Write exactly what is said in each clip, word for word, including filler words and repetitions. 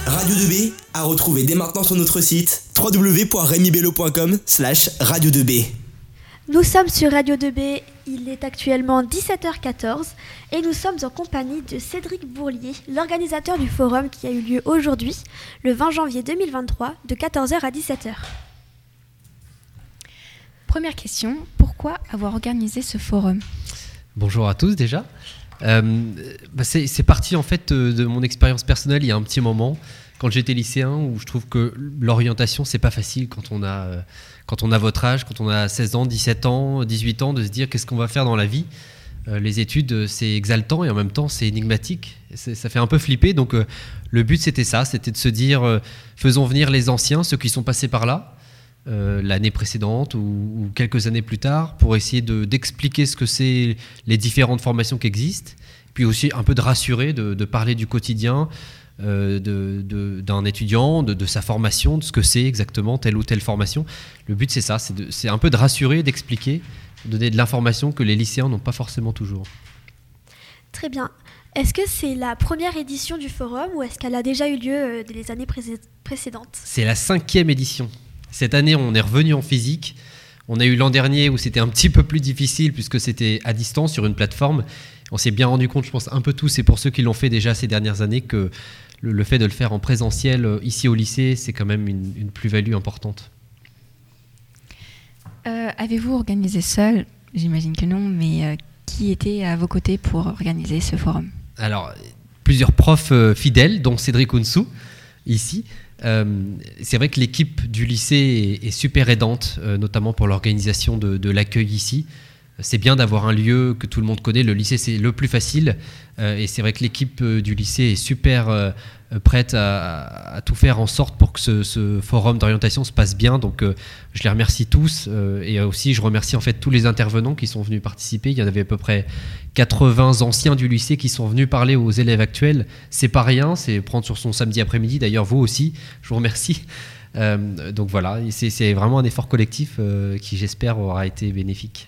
Radio deux B à retrouver dès maintenant sur notre site w w w point remy bello point com slash radio deux b. Nous sommes sur Radio deux B, il est actuellement dix-sept heures quatorze et nous sommes en compagnie de Cédric Bourlier, l'organisateur du forum qui a eu lieu aujourd'hui, le vingt janvier deux mille vingt-trois, de quatorze heures à dix-sept heures. Première question, pourquoi avoir organisé ce forum ? Bonjour à tous déjà. Euh, bah c'est, c'est parti en fait de mon expérience personnelle il y a un petit moment, quand j'étais lycéen, où je trouve que l'orientation c'est pas facile quand on a, euh, quand on a votre âge, quand on a seize ans, dix-sept ans, dix-huit ans, de se dire qu'est-ce qu'on va faire dans la vie. Euh, les études c'est exaltant et en même temps c'est énigmatique, c'est, ça fait un peu flipper, donc euh, le but c'était ça, c'était de se dire euh, faisons venir les anciens, ceux qui sont passés par là, Euh, l'année précédente ou, ou quelques années plus tard, pour essayer de, d'expliquer ce que c'est les différentes formations qui existent, puis aussi un peu de rassurer, de, de parler du quotidien euh, de, de, d'un étudiant, de, de sa formation, de ce que c'est exactement telle ou telle formation. Le but c'est ça, c'est, de, c'est un peu de rassurer, d'expliquer, de donner de l'information que les lycéens n'ont pas forcément toujours. Très bien. Est-ce que c'est la première édition du forum ou est-ce qu'elle a déjà eu lieu euh, les années pré- précédentes ? C'est la cinquième édition. Cette année, on est revenu en physique. On a eu l'an dernier où c'était un petit peu plus difficile puisque c'était à distance sur une plateforme. On s'est bien rendu compte, je pense un peu tous, et pour ceux qui l'ont fait déjà ces dernières années, que le, le fait de le faire en présentiel ici au lycée, c'est quand même une, une plus-value importante. Euh, avez-vous organisé seul ? J'imagine que non, mais euh, qui était à vos côtés pour organiser ce forum ? Alors, plusieurs profs euh, fidèles, dont Cédric Ounsou, ici. Euh, c'est vrai que l'équipe du lycée est, est super aidante, euh, notamment pour l'organisation de, de l'accueil ici. C'est bien d'avoir un lieu que tout le monde connaît. Le lycée, c'est le plus facile. Euh, et c'est vrai que l'équipe euh, du lycée est super euh, prête à, à tout faire en sorte pour que ce, ce forum d'orientation se passe bien. Donc, euh, je les remercie tous. Euh, et aussi, je remercie en fait tous les intervenants qui sont venus participer. Il y en avait à peu près quatre-vingts anciens du lycée qui sont venus parler aux élèves actuels. C'est pas rien, c'est prendre sur son samedi après-midi. D'ailleurs, vous aussi, je vous remercie. Euh, donc voilà, c'est, c'est vraiment un effort collectif euh, qui, j'espère, aura été bénéfique.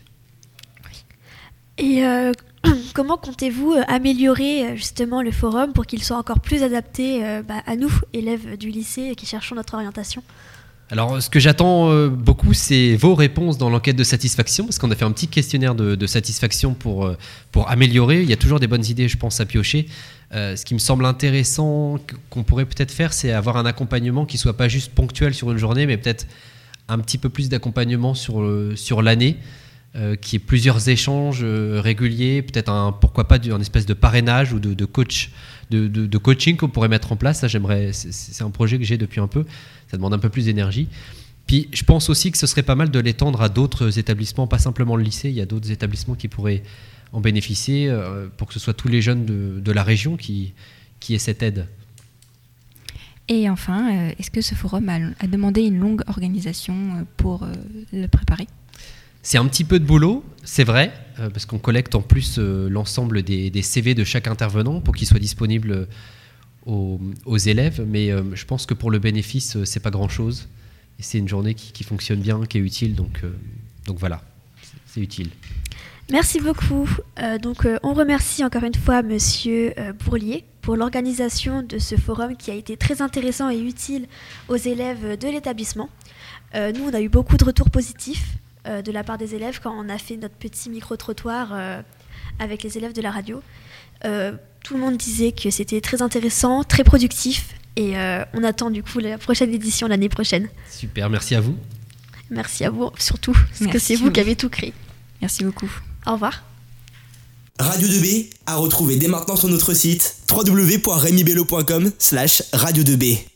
Et euh, comment comptez-vous améliorer justement le forum pour qu'il soit encore plus adapté euh, bah, à nous, élèves du lycée qui cherchons notre orientation ? Alors, ce que j'attends euh, beaucoup, c'est vos réponses dans l'enquête de satisfaction, parce qu'on a fait un petit questionnaire de, de satisfaction pour, euh, pour améliorer. Il y a toujours des bonnes idées, je pense, à piocher. Euh, ce qui me semble intéressant qu'on pourrait peut-être faire, c'est avoir un accompagnement qui ne soit pas juste ponctuel sur une journée, mais peut-être un petit peu plus d'accompagnement sur, euh, sur l'année. Euh, qui est plusieurs échanges euh, réguliers, peut-être un, pourquoi pas un espèce de parrainage ou de, de coach, de, de, de coaching qu'on pourrait mettre en place. Ça, j'aimerais, c'est, c'est un projet que j'ai depuis un peu. Ça demande un peu plus d'énergie. Puis, je pense aussi que ce serait pas mal de l'étendre à d'autres établissements, pas simplement le lycée. Il y a d'autres établissements qui pourraient en bénéficier euh, pour que ce soit tous les jeunes de, de la région qui, qui aient cette aide. Et enfin, euh, est-ce que ce forum a, a demandé une longue organisation pour euh, le préparer ? C'est un petit peu de boulot, c'est vrai, euh, parce qu'on collecte en plus euh, l'ensemble des, des C V de chaque intervenant pour qu'ils soient disponibles aux, aux élèves, mais euh, je pense que pour le bénéfice, euh, c'est pas grand-chose. Et c'est une journée qui, qui fonctionne bien, qui est utile, donc, euh, donc voilà, c'est, c'est utile. Merci beaucoup. Euh, donc, euh, on remercie encore une fois Monsieur euh, Bourlier pour l'organisation de ce forum qui a été très intéressant et utile aux élèves de l'établissement. Euh, nous, on a eu beaucoup de retours positifs euh, de la part des élèves quand on a fait notre petit micro-trottoir euh, avec les élèves de la radio. Euh, tout le monde disait que c'était très intéressant, très productif et euh, on attend du coup la prochaine édition l'année prochaine. Super, merci à vous. Merci à vous surtout, parce Merci que c'est vous qui avez tout créé. Merci beaucoup. Au revoir. Radio deux B à retrouver dès maintenant sur notre site w w w point remy bello point com slash radio deux b.